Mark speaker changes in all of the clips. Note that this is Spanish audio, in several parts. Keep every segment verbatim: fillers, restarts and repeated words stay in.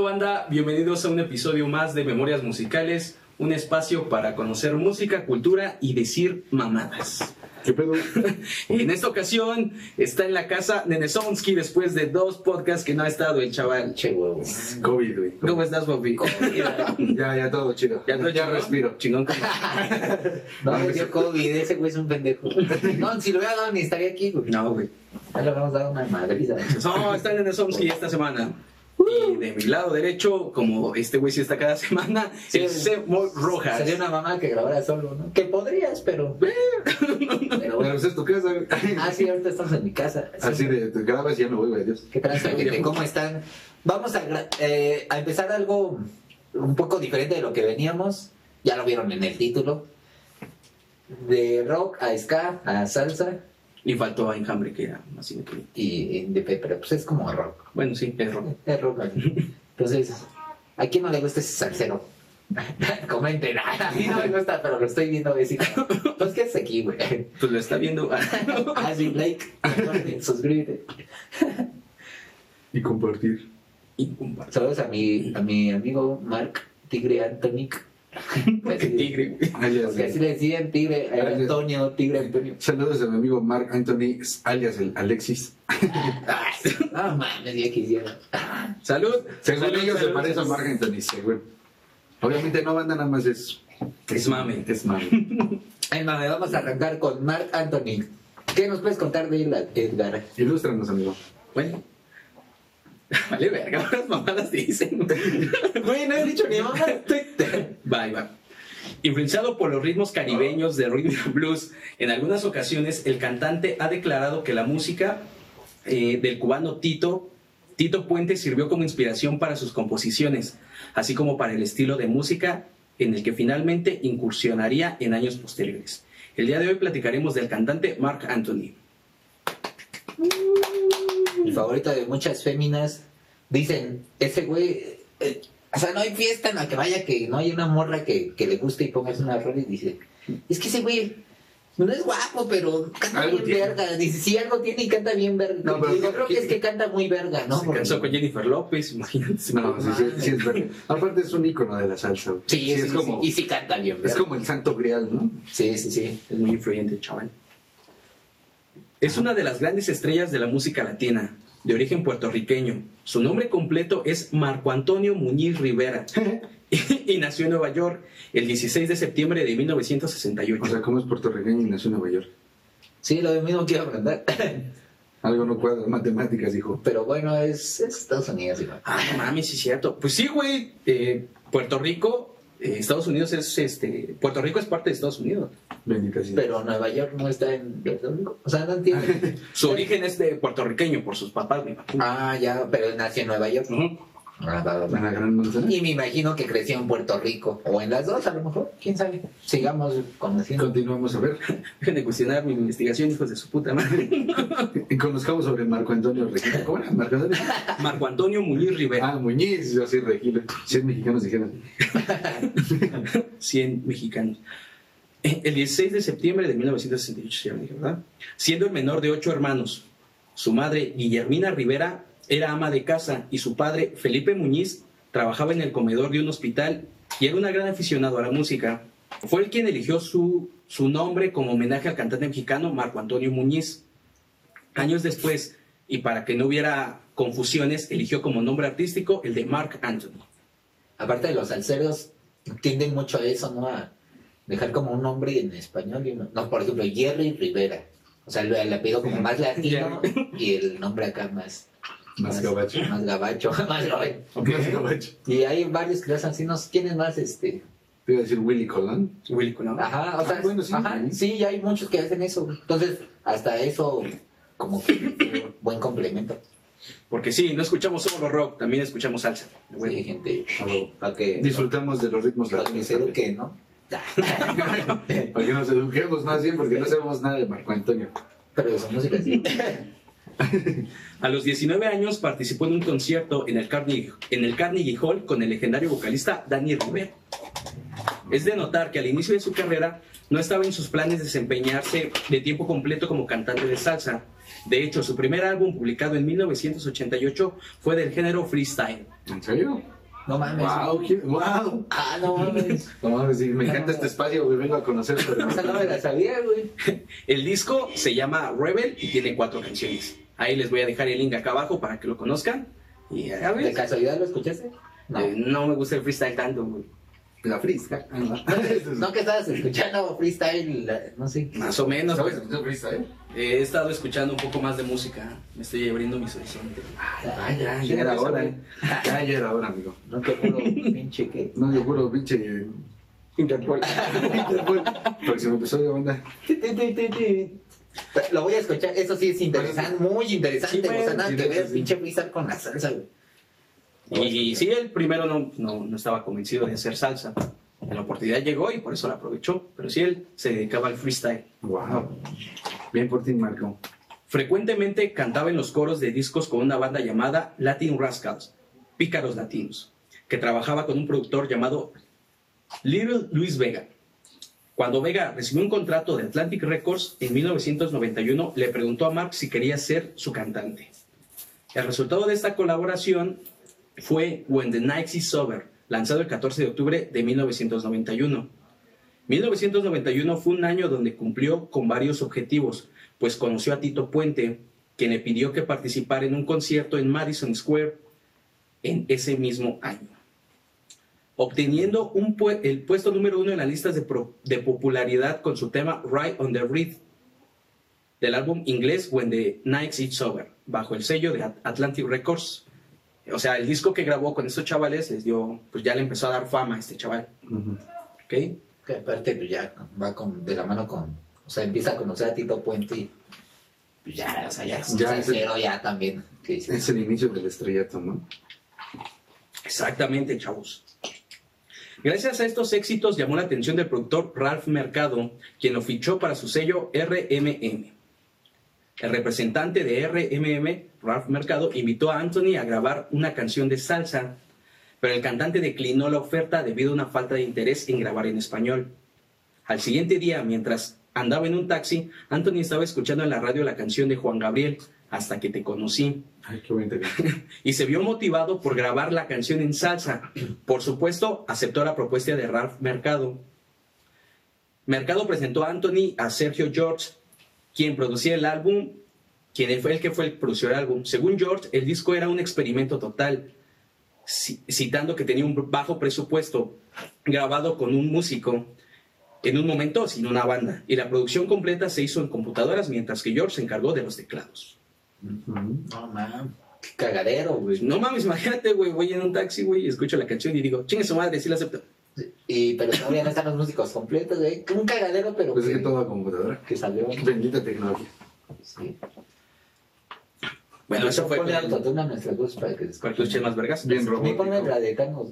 Speaker 1: banda? Bienvenidos a un episodio más de Memorias Musicales, un espacio para conocer música, cultura y decir mamadas.
Speaker 2: ¿Qué pedo?
Speaker 1: En esta ocasión está en la casa Nenesonsky después de dos podcasts que no ha estado el chaval.
Speaker 3: Che huevo.
Speaker 2: COVID, güey.
Speaker 1: ¿Cómo estás, Bobby?
Speaker 2: Ya, ya todo chido.
Speaker 1: Ya, todo
Speaker 2: ya
Speaker 1: chingón?
Speaker 2: respiro.
Speaker 1: Chingón.
Speaker 3: No, me dio COVID, ese güey es un pendejo. No, si lo hubiera dado ni estaría aquí, güey.
Speaker 1: No, güey.
Speaker 3: Ya le habíamos dado una madriza.
Speaker 1: No, está Nenesonsky esta semana. Y de mi lado derecho, como este güey sí está cada semana,
Speaker 3: Sí,
Speaker 1: el Semo Rojas.
Speaker 3: Sería una mamá que grabara solo, ¿no? Que podrías, pero... Pero
Speaker 2: Bueno,
Speaker 3: bueno.
Speaker 2: pues es tu casa, güey.
Speaker 3: Ah, sí, ahorita estamos en mi casa. Sí.
Speaker 2: Así de, te grabas y ya me voy, güey, adiós.
Speaker 3: ¿Qué tranza, gente? ¿Cómo están? Vamos a, gra- eh, a empezar algo un poco diferente de lo que veníamos. Ya lo vieron en el título. De rock a ska a salsa
Speaker 1: Y faltó a Enjambre, que era así de que...
Speaker 3: y, y de pero pues es como rock.
Speaker 1: Bueno, sí, es rock.
Speaker 3: Es rock. Entonces, ¿a quién no le gusta ese salsero? Comenten. A mí no me gusta, pero lo estoy viendo. Decir, pues, ¿qué haces aquí, güey?
Speaker 1: Pues lo está viendo.
Speaker 3: Ah, sí, like, suscríbete.
Speaker 2: Y compartir.
Speaker 1: Y comparte.
Speaker 3: Saludos a mi, a mi amigo Mark Tigre Antonic.
Speaker 1: Porque tigre.
Speaker 2: Alias,
Speaker 3: Porque así le decían Tigre, eh,
Speaker 2: Alias.
Speaker 3: Antonio, Tigre Antonio.
Speaker 2: Saludos a mi amigo Mark Anthony, alias el Alexis.
Speaker 3: Ah, mames, ya quisiera.
Speaker 1: Salud.
Speaker 2: Según
Speaker 1: Salud,
Speaker 2: ellos se
Speaker 1: salud.
Speaker 2: parece a Mark Anthony, según. Obviamente no banda, nada más es...
Speaker 1: Es mame.
Speaker 2: Es mame.
Speaker 3: Ay, mame, vamos a arrancar con Mark Anthony. ¿Qué nos puedes contar de él, Edgar?
Speaker 2: Ilústranos, amigo.
Speaker 1: Bueno. Vale, verga, las mamadas dicen.
Speaker 3: Güey, no he dicho ni mamá.
Speaker 1: Va, ahí va. Influenciado por los ritmos caribeños de rhythm and blues, en algunas ocasiones el cantante ha declarado que la música eh, del cubano Tito, Tito Puente sirvió como inspiración para sus composiciones, así como para el estilo de música en el que finalmente incursionaría en años posteriores. El día de hoy platicaremos del cantante Mark Anthony.
Speaker 3: El favorito de muchas féminas. Dicen, ese güey... eh, o sea, no hay fiesta en la que vaya que no hay una morra que, que le guste y pongas una rola y dice, es que ese güey no es guapo, pero canta
Speaker 2: Algo
Speaker 3: bien
Speaker 2: tiene.
Speaker 3: verga. Dice, sí, algo tiene y canta bien verga.
Speaker 2: No, pero-
Speaker 3: Digo, creo que es que canta muy verga, ¿no?
Speaker 1: Se
Speaker 3: Porque-
Speaker 1: casó con Jennifer López, imagínate.
Speaker 2: No, sí, sí, sí es verdad. Aparte es un ícono de la salsa. güey.
Speaker 3: Sí, sí,
Speaker 2: es
Speaker 3: sí,
Speaker 2: como...
Speaker 3: sí. Y sí canta bien
Speaker 2: Es
Speaker 3: verga.
Speaker 2: como el santo grial, ¿no?
Speaker 3: Sí, sí, sí.
Speaker 1: Es muy influyente el chaval. Es una de las grandes estrellas de la música latina, de origen puertorriqueño. Su nombre completo es Marco Antonio Muñiz Rivera y, y nació en Nueva York el dieciséis de septiembre de mil novecientos sesenta y ocho.
Speaker 2: O sea, como es puertorriqueño y nació en Nueva York.
Speaker 3: Sí, lo mismo quiero aprender.
Speaker 2: Algo no cuadra, matemáticas, dijo.
Speaker 3: Pero bueno, es, es Estados Unidos igual.
Speaker 1: Ah, no mames, sí es cierto. Pues sí, güey. eh, Puerto Rico, eh, Estados Unidos es este. Puerto Rico es parte de Estados Unidos.
Speaker 2: Bendita sea.
Speaker 3: Pero Nueva York no está en Puerto Rico. O sea, no entiendo.
Speaker 1: Su origen es de puertorriqueño por sus papás, mi papá.
Speaker 3: Ah, ya, pero él nació en Nueva York.
Speaker 1: Ujú.
Speaker 3: Ah, va, va, va.
Speaker 2: En la gran manzana.
Speaker 3: Y me imagino que creció en Puerto Rico. O en las dos, a lo mejor. ¿Quién sabe? Sigamos conociendo.
Speaker 2: Continuamos a ver.
Speaker 1: Dejen de cuestionar mi investigación, hijos de su puta madre.
Speaker 2: Y conozcamos sobre Marco Antonio Regina. ¿Cómo era? Marco Antonio.
Speaker 1: Marco Antonio Muñiz Rivera.
Speaker 2: Ah, Muñiz, yo sí, Regina. cien mexicanos dijeron.
Speaker 1: cien mexicanos. El dieciséis de septiembre de mil novecientos sesenta y ocho, ya lo dije, ¿verdad? Siendo el menor de ocho hermanos. Su madre, Guillermina Rivera, era ama de casa y su padre, Felipe Muñiz, trabajaba en el comedor de un hospital y era un gran aficionado a la música. Fue el quien eligió su, su nombre como homenaje al cantante mexicano Marco Antonio Muñiz. Años después, y para que no hubiera confusiones, eligió como nombre artístico el de Mark Anthony.
Speaker 3: Aparte de los salseros, tienden mucho a eso, ¿no? A dejar como un nombre en español. Y uno- no, por ejemplo, Jerry Rivera. O sea, el apellido como más latino y el nombre acá más...
Speaker 2: Más gabacho.
Speaker 3: Más gabacho. Más gabacho.
Speaker 2: Más gabacho.
Speaker 3: Y hay varios que lo hacen así, no sé quién es más, este...
Speaker 2: Te iba a decir Willy Colón.
Speaker 1: Willy Colón.
Speaker 3: Ajá, o sea,
Speaker 2: Ah, bueno, sí.
Speaker 3: ajá, sí, ya hay muchos que hacen eso. Entonces, hasta eso, como que un buen complemento.
Speaker 1: Porque sí, no escuchamos solo rock, también escuchamos salsa.
Speaker 3: Sí, gente,
Speaker 2: A huevo.
Speaker 3: para que,
Speaker 2: Disfrutamos de los ritmos
Speaker 3: para que
Speaker 2: latinos.
Speaker 3: se eduque, ¿no?
Speaker 2: Para que nos eduquemos más bien, porque no sabemos nada de Marco Antonio.
Speaker 3: Pero de su música sí.
Speaker 1: A los diecinueve años participó en un concierto en el Carnegie, en el Carnegie Hall con el legendario vocalista Danny Rivera. Es de notar que al inicio de su carrera no estaba en sus planes desempeñarse de tiempo completo como cantante de salsa. De hecho, su primer álbum, publicado en mil novecientos ochenta y ocho, fue del género freestyle.
Speaker 2: ¿En serio?
Speaker 3: No mames.
Speaker 2: Wow, ¿quién? Wow.
Speaker 3: Ah, no mames.
Speaker 2: No mames, sí, me encanta este espacio, güey. Vengo a conocer.
Speaker 3: Esa no me la sabía, güey.
Speaker 1: El disco se llama Rebel y tiene cuatro canciones. Ahí les voy a dejar el link acá abajo para que lo conozcan. Y a ver,
Speaker 3: ¿De casualidad lo escuchaste? No.
Speaker 1: eh, no me gusta el freestyle tanto, güey.
Speaker 2: La frisca.
Speaker 3: No, que estabas escuchando freestyle, la- no sé.
Speaker 1: Más o menos.
Speaker 2: ¿Sabes
Speaker 1: pues,
Speaker 2: escuchar freestyle?
Speaker 1: eh, he estado escuchando un poco más de música. Me estoy abriendo mis horizontes.
Speaker 2: Ah, ya, ya era hora. eh. Ya, ya era hora, amigo.
Speaker 3: No te juro, pinche que.
Speaker 2: No, yo juro, pinche. eh,
Speaker 1: Interpol.
Speaker 2: Interpol. Próximo episodio, banda.
Speaker 3: Lo voy a escuchar, eso sí es interesante, muy interesante.
Speaker 1: Sí,
Speaker 3: o sea, nada
Speaker 2: sí,
Speaker 3: que
Speaker 2: sí,
Speaker 3: ver,
Speaker 2: sí.
Speaker 3: pinche freestyle con la salsa, güey.
Speaker 1: Y sí, el primero no, no, no estaba convencido de hacer salsa. La oportunidad llegó y por eso la aprovechó. Pero sí, él se dedicaba al freestyle.
Speaker 2: Wow. Bien por ti, Marco.
Speaker 1: Frecuentemente cantaba en los coros de discos con una banda llamada Latin Rascals, Pícaros Latinos, que trabajaba con un productor llamado Little Luis Vega. Cuando Vega recibió un contrato de Atlantic Records en mil novecientos noventa y uno, le preguntó a Mark si quería ser su cantante. El resultado de esta colaboración fue When the Night is Over, lanzado el catorce de octubre de mil novecientos noventa y uno. mil novecientos noventa y uno fue un año donde cumplió con varios objetivos, pues conoció a Tito Puente, quien le pidió que participara en un concierto en Madison Square en ese mismo año, obteniendo un pu- el puesto número uno en las listas de, pro- de popularidad con su tema Right on the Reed del álbum inglés When the Night is Over, bajo el sello de At- Atlantic Records. O sea, el disco que grabó con estos chavales les dio, pues ya le empezó a dar fama a este chaval.
Speaker 2: Ujú.
Speaker 1: ¿Ok?
Speaker 3: Que aparte, pues ya va con, de la mano con. O sea, empieza a conocer a Tito Puente y. Pues ya, o sea, ya es un
Speaker 2: Ya es el-
Speaker 3: salsero, ya también. Que dices,
Speaker 2: Es el inicio del estrellato, ¿no?
Speaker 1: Exactamente, chavos. Gracias a estos éxitos llamó la atención del productor Ralph Mercado, quien lo fichó para su sello R M M. El representante de R M M, Ralph Mercado, invitó a Anthony a grabar una canción de salsa, pero el cantante declinó la oferta debido a una falta de interés en grabar en español. Al siguiente día, mientras andaba en un taxi, Anthony estaba escuchando en la radio la canción de Juan Gabriel, Hasta que te conocí,
Speaker 2: Ay, qué bonito.
Speaker 1: y se vio motivado por grabar la canción en salsa. Por supuesto, aceptó la propuesta de Ralph Mercado. Mercado presentó a Anthony a Sergio George, quien producía el álbum, quien fue el que fue el productor del álbum. Según George, el disco era un experimento total, ci- citando que tenía un bajo presupuesto, grabado con un músico, en un momento sin una banda, y la producción completa se hizo en computadoras, mientras que George se encargó de los teclados.
Speaker 2: Ujú.
Speaker 3: no mames, qué cagadero, güey.
Speaker 1: No mames, imagínate, güey, voy en un taxi, güey, y escucho la canción y digo, chingue su madre, sí la acepto.
Speaker 3: Y, pero todavía no están los músicos completos, güey. Un cagadero, pero
Speaker 2: Pues es
Speaker 3: que,
Speaker 2: que todo a computadora.
Speaker 3: que salió.
Speaker 2: Bendita tecnología.
Speaker 3: Sí.
Speaker 1: Bueno, eso fue
Speaker 3: Ponle
Speaker 1: con
Speaker 3: autotune a nuestras voces para que
Speaker 1: con
Speaker 3: escuchen.
Speaker 1: tus chemas vergas.
Speaker 2: Bien
Speaker 3: Ni ponle
Speaker 2: robótico.
Speaker 3: la de Carlos.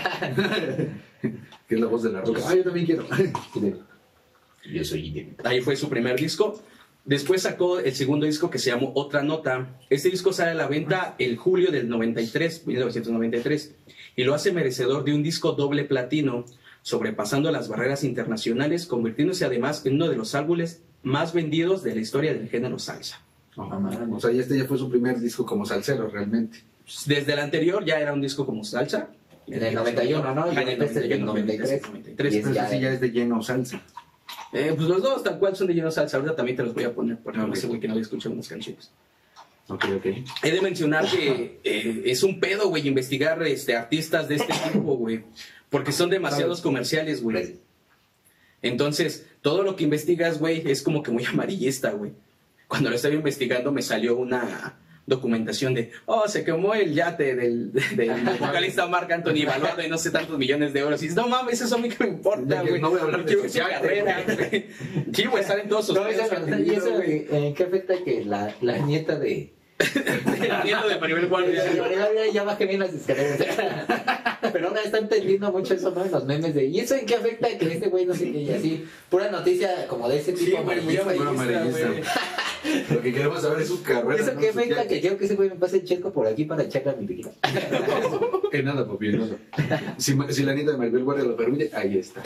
Speaker 2: Que es la voz de la roca. Ah, yo también quiero.
Speaker 3: Yo soy Idem.
Speaker 1: Ahí fue su primer disco. Después sacó el segundo disco que se llamó Otra Nota. Este disco sale a la venta el julio del noventa y tres, mil novecientos noventa y tres, y lo hace merecedor de un disco doble platino, sobrepasando las barreras internacionales, convirtiéndose además en uno de los álbumes más vendidos de la historia del género salsa.
Speaker 2: O sea, y este ya fue su primer disco como salsero, realmente.
Speaker 1: Desde el anterior ya era un disco como salsa.
Speaker 3: En el noventa y uno, ¿no?
Speaker 1: Ah, en el noventa y uno,
Speaker 3: noventa y tres.
Speaker 1: noventa y tres.
Speaker 3: Y es
Speaker 2: Pero
Speaker 3: ya
Speaker 2: este sí
Speaker 3: de-
Speaker 2: ya es de lleno salsa.
Speaker 1: Eh, pues los dos tal cual son de lleno salsa. Ahorita también te los voy a poner porque
Speaker 2: Ok.
Speaker 1: no sé, güey, que no había escuchado unas canciones.
Speaker 2: Ok, ok.
Speaker 1: He de mencionar que eh, es un pedo, güey, investigar este, artistas de este tipo, güey. Porque son demasiados comerciales, güey. Entonces, todo lo que investigas, güey, es como que muy amarillista, güey. Cuando lo estaba investigando me salió una documentación de, oh, se quemó el yate del, del, del vocalista Marc Anthony valuado en no sé tantos millones de euros. Y dices, no mames, eso a mí que me importa,
Speaker 2: Ya que
Speaker 1: güey.
Speaker 2: no voy a hablar de
Speaker 1: Porque
Speaker 2: su
Speaker 1: su carrera, güey. Sí, güey, salen todos sus
Speaker 3: No, eso,
Speaker 1: pedos,
Speaker 3: ¿y eso en qué afecta que la, la nieta de...
Speaker 1: Entiendo de Maribel Guardia.
Speaker 3: Ya, ya bajé bien las escaleras. Pero ahora está entendiendo mucho eso, ¿no? En los memes de... ¿Y eso en qué afecta que este güey no sé qué? Y así, pura noticia como de ese
Speaker 1: Sí,
Speaker 3: tipo.
Speaker 1: güey, muy
Speaker 3: amarillista.
Speaker 2: Bueno,
Speaker 1: amarillista,
Speaker 2: amarillista.
Speaker 1: güey.
Speaker 2: Lo que queremos saber es su carrera.
Speaker 3: ¿Eso
Speaker 2: ¿no?
Speaker 3: qué
Speaker 2: Su
Speaker 3: afecta
Speaker 2: viaje.
Speaker 3: que quiero que ese güey me pase el chesco por aquí para echarle a mi tequila?
Speaker 2: Que nada, papi, nada. Si, si la nieta de Maribel Guardia lo permite, ahí está.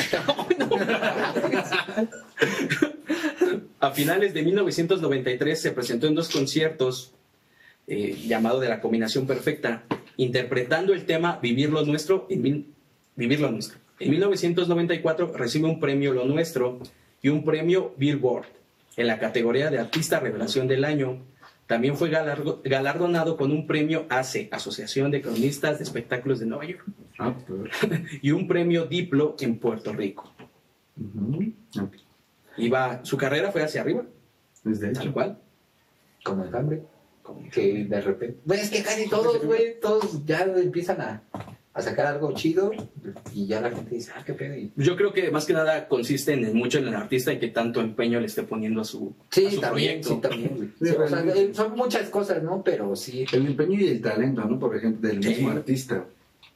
Speaker 1: A finales de mil novecientos noventa y tres se presentó en dos conciertos eh, llamado de la Combinación Perfecta, interpretando el tema Vivir lo Nuestro en, mil, Vivir lo Nuestro. En mil novecientos noventa y cuatro recibe un premio Lo Nuestro y un premio Billboard en la categoría de Artista Revelación del Año. También fue galardo, galardonado con un premio A C E, Asociación de Cronistas de Espectáculos de Nueva York,
Speaker 2: Ah, pues.
Speaker 1: y un premio Diplo en Puerto Rico.
Speaker 2: Ujú. Ok.
Speaker 1: Iba, su carrera fue hacia arriba,
Speaker 2: Desde
Speaker 1: tal
Speaker 2: hecho.
Speaker 1: cual.
Speaker 3: Como el hambre.
Speaker 1: Como
Speaker 3: Que de repente. Pues es que casi todos, güey, todos ya empiezan a, a sacar algo chido y ya la gente dice, ah, qué pedo. Y...
Speaker 1: Yo creo que más que nada consiste en mucho en el artista y que tanto empeño le esté poniendo a su,
Speaker 3: Sí,
Speaker 1: a su
Speaker 3: también,
Speaker 1: proyecto.
Speaker 3: sí, también, güey.
Speaker 2: Sí,
Speaker 3: Sí, o sea,
Speaker 2: realmente.
Speaker 3: eh, son muchas cosas, ¿no? Pero sí.
Speaker 2: El empeño y el talento, ¿no? Por ejemplo, del
Speaker 1: Sí.
Speaker 2: mismo artista.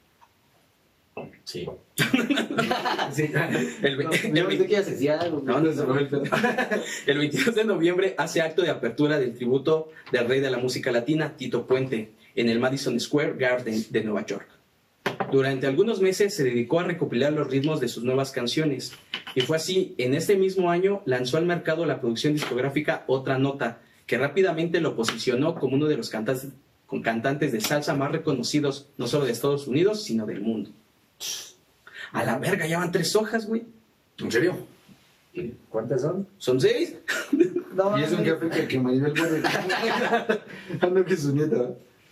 Speaker 1: Sí.
Speaker 2: Sí.
Speaker 1: El, ve-
Speaker 3: No,
Speaker 1: el
Speaker 3: yo
Speaker 1: ve-
Speaker 3: pensé que ibas a decir algo,
Speaker 1: No, no, no, no. El veintidós de noviembre hace acto de apertura del tributo del rey de la música latina, Tito Puente, en el Madison Square Garden de Nueva York. Durante algunos meses se dedicó a recopilar los ritmos de sus nuevas canciones, y fue así, en este mismo año lanzó al mercado la producción discográfica Otra Nota, que rápidamente lo posicionó como uno de los cantantes, con cantantes de salsa más reconocidos, no solo de Estados Unidos, sino del mundo. A la verga, ya van tres hojas, güey.
Speaker 2: ¿En serio?
Speaker 3: ¿Cuántas son?
Speaker 1: ¿Son seis?
Speaker 3: No,
Speaker 2: Y es un café que, que Maribel pone. Ando que su nieta.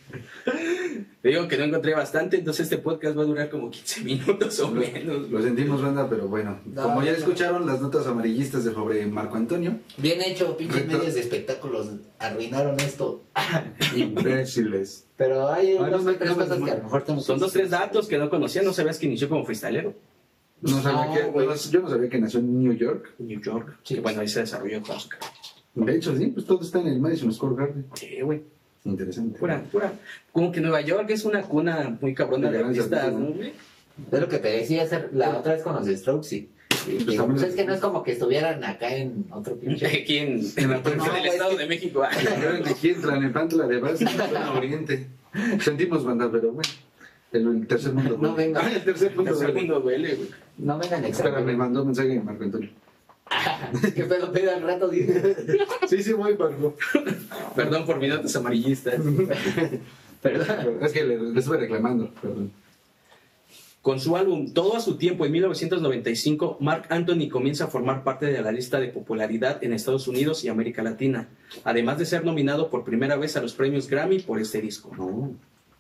Speaker 1: Te digo que no encontré bastante, entonces este podcast va a durar como quince minutos o
Speaker 2: Lo,
Speaker 1: menos.
Speaker 2: lo sentimos, banda, pero bueno.
Speaker 3: No,
Speaker 2: Como ya
Speaker 3: no.
Speaker 2: escucharon las notas amarillistas de sobre Marco Antonio,
Speaker 3: Bien hecho, pinches
Speaker 2: Recto.
Speaker 3: medios de espectáculos arruinaron esto.
Speaker 2: imbéciles.
Speaker 3: Pero hay
Speaker 2: Ah,
Speaker 3: dos
Speaker 2: no,
Speaker 3: o tres
Speaker 2: no,
Speaker 3: cosas
Speaker 2: no,
Speaker 3: que a lo mejor tenemos
Speaker 1: Son
Speaker 3: que
Speaker 1: dos, tres
Speaker 3: decir.
Speaker 1: datos que no conocía, no sabías que inició como freestylero.
Speaker 2: No sabía
Speaker 3: No,
Speaker 2: que,
Speaker 3: güey.
Speaker 2: no, yo no sabía que nació en New York.
Speaker 1: En New York.
Speaker 3: Sí.
Speaker 1: Que bueno, ahí se desarrolló toda su carrera.
Speaker 2: De hecho, sí, pues todo está en el Madison Square Garden.
Speaker 1: Sí, güey.
Speaker 2: Interesante.
Speaker 1: Pura, pura. Como que Nueva York es una cuna muy cabrona de
Speaker 2: De grandes
Speaker 1: artistas,
Speaker 2: artistas,
Speaker 1: ¿no,
Speaker 2: ¿no?
Speaker 1: güey?
Speaker 3: Es lo que te decía hacer la otra vez con los Strokes, sí.
Speaker 2: pues
Speaker 3: Digo,
Speaker 2: también-
Speaker 3: pues es que no es como que estuvieran acá en otro pinche.
Speaker 1: Aquí en,
Speaker 2: En la
Speaker 1: en
Speaker 2: no,
Speaker 1: el
Speaker 3: güey,
Speaker 1: Estado
Speaker 3: es que-
Speaker 1: de México. ah.
Speaker 2: Llegaron de aquí en Tlanepantla de base, en Oriente. Sentimos, banda, pero bueno. El, el tercer mundo.
Speaker 3: No,
Speaker 2: güey.
Speaker 3: venga.
Speaker 2: Ah, el tercer mundo.
Speaker 1: El
Speaker 2: güey.
Speaker 1: segundo duele, güey.
Speaker 3: No vengan
Speaker 2: Espera, me
Speaker 3: examen.
Speaker 2: mandó un mensaje Marco Antonio.
Speaker 3: ¿Qué pedo pedo al rato? Dice.
Speaker 2: Sí, sí, voy, Marco.
Speaker 1: Perdón por mis notas amarillistas.
Speaker 3: Perdón.
Speaker 2: Es que le, le estuve reclamando, perdón.
Speaker 1: Con su álbum Todo a su tiempo en mil novecientos noventa y cinco, Marc Anthony comienza a formar parte de la lista de popularidad en Estados Unidos y América Latina, además de ser nominado por primera vez a los premios Grammy por este disco.
Speaker 2: No.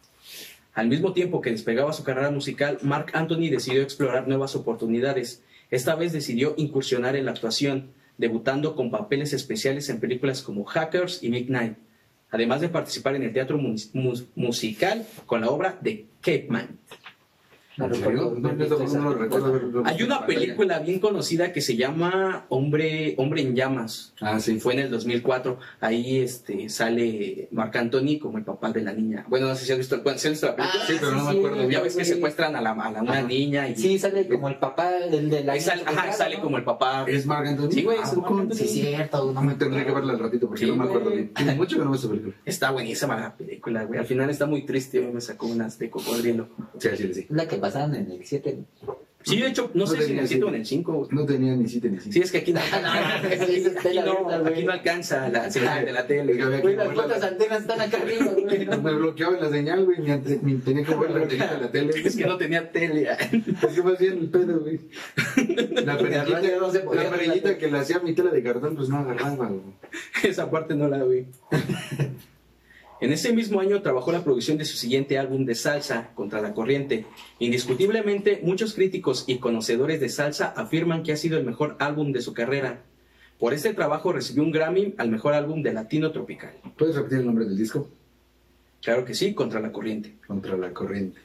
Speaker 1: Al mismo tiempo que despegaba su carrera musical, Marc Anthony decidió explorar nuevas oportunidades. Esta vez decidió incursionar en la actuación, debutando con papeles especiales en películas como Hackers y Midnight, además de participar en el teatro mus- mus- musical con la obra de Cape Man.
Speaker 3: No
Speaker 2: ¿En serio?
Speaker 3: recuerdo.
Speaker 2: No, yo tampoco no lo recuerdo haberlo
Speaker 1: Hay
Speaker 2: visto
Speaker 1: una
Speaker 2: en pantalla.
Speaker 1: película bien conocida que se llama Hombre, Hombre en Llamas.
Speaker 2: Ah, sí.
Speaker 1: Fue en el dos mil cuatro. Ahí este, sale Marc Anthony como el papá de la niña. Bueno, no sé si has visto, ¿sí has visto la película.
Speaker 3: Ah,
Speaker 2: Sí, pero no me acuerdo.
Speaker 1: Ya ves que
Speaker 3: güey.
Speaker 1: secuestran a, la, a la- una
Speaker 2: Ajá.
Speaker 1: niña y
Speaker 3: Sí, sale como el papá, el de la.
Speaker 1: ahí sale, ajá, sale como el papá.
Speaker 2: ¿Es Marc Anthony?
Speaker 1: Sí, güey,
Speaker 2: Ah,
Speaker 1: es
Speaker 2: ¿poco?
Speaker 1: Marc Anthony.
Speaker 3: Sí, cierto, no me
Speaker 2: No tendré que verla al ratito porque
Speaker 1: Sí,
Speaker 2: no me acuerdo
Speaker 3: güey.
Speaker 2: bien. Tiene mucho que no veo esa película.
Speaker 1: Está buenísima la película, güey. Al final está muy triste, güey. Me sacó unas de cocodrilo.
Speaker 2: Sí, así sí.
Speaker 3: La que pasaban en el siete.
Speaker 1: Sí, de hecho, no,
Speaker 2: No
Speaker 1: sé si en
Speaker 2: tenía
Speaker 1: el siete o
Speaker 2: siete.
Speaker 1: en el cinco.
Speaker 2: No tenía ni siete ni
Speaker 1: Sí,
Speaker 2: cinco.
Speaker 1: es que aquí no, aquí, aquí no, aquí no alcanza la señal de la
Speaker 2: Es que
Speaker 1: tele.
Speaker 2: había que
Speaker 3: Güey, las
Speaker 2: moverla.
Speaker 3: putas antenas están acá arriba, güey.
Speaker 2: Me bloqueaba la señal, güey. ni ante- ni Tenía que mover la antenita de la tele.
Speaker 1: Es que no tenía tele.
Speaker 2: Es que más bien el pedo, güey. La perillita,
Speaker 3: rayo no se podía
Speaker 2: la
Speaker 3: ver
Speaker 2: perillita
Speaker 3: la-
Speaker 2: que le hacía mi tela de cartón, pues no agarraba, güey.
Speaker 1: Esa parte no la vi. En ese mismo año trabajó la producción de su siguiente álbum de salsa, Contra la Corriente. Indiscutiblemente, muchos críticos y conocedores de salsa afirman que ha sido el mejor álbum de su carrera. Por este trabajo recibió un Grammy al mejor álbum de latino tropical.
Speaker 2: ¿Puedes repetir el nombre del disco?
Speaker 1: Claro que sí, Contra la Corriente.
Speaker 2: Contra la corriente.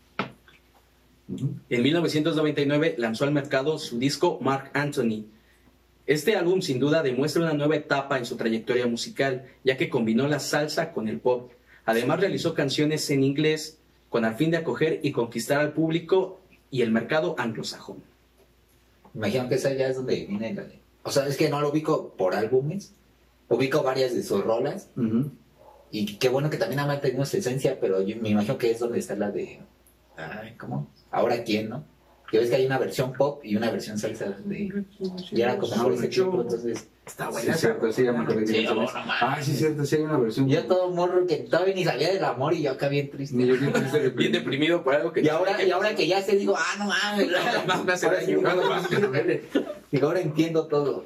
Speaker 2: Ujú.
Speaker 1: En mil novecientos noventa y nueve lanzó al mercado su disco Marc Anthony. Este álbum sin duda demuestra una nueva etapa en su trayectoria musical, ya que combinó la salsa con el pop. Además realizó canciones en inglés con el fin de acoger y conquistar al público y el mercado anglosajón.
Speaker 3: Imagino que esa ya es donde viene la de. O sea, es que no lo ubico por álbumes. Ubico varias de sus rolas.
Speaker 2: Ujú.
Speaker 3: Y qué bueno que también ha mantenido su esencia, pero yo me imagino que es donde está la de. Ay, ¿cómo? ¿Ahora quién, no? Que ves que hay una versión pop y una versión salsa. De, y era como por ese tiempo, entonces está
Speaker 2: Sí,
Speaker 3: buena.
Speaker 2: es cierto, sí, ya me acordé.
Speaker 3: Sí,
Speaker 2: que-
Speaker 3: no, no
Speaker 2: Ah, sí, es cierto, sí hay una versión.
Speaker 3: Yo todo morro que todavía ni sabía del amor y yo acá bien triste.
Speaker 2: Ni yo bien triste,
Speaker 1: Bien deprimido por algo que...
Speaker 3: Y ahora, y ahora que ya sé, digo, ah, no mames.
Speaker 1: No, me hace
Speaker 3: Ahora
Speaker 1: daño.
Speaker 3: sí, digo, digo, ahora entiendo todo.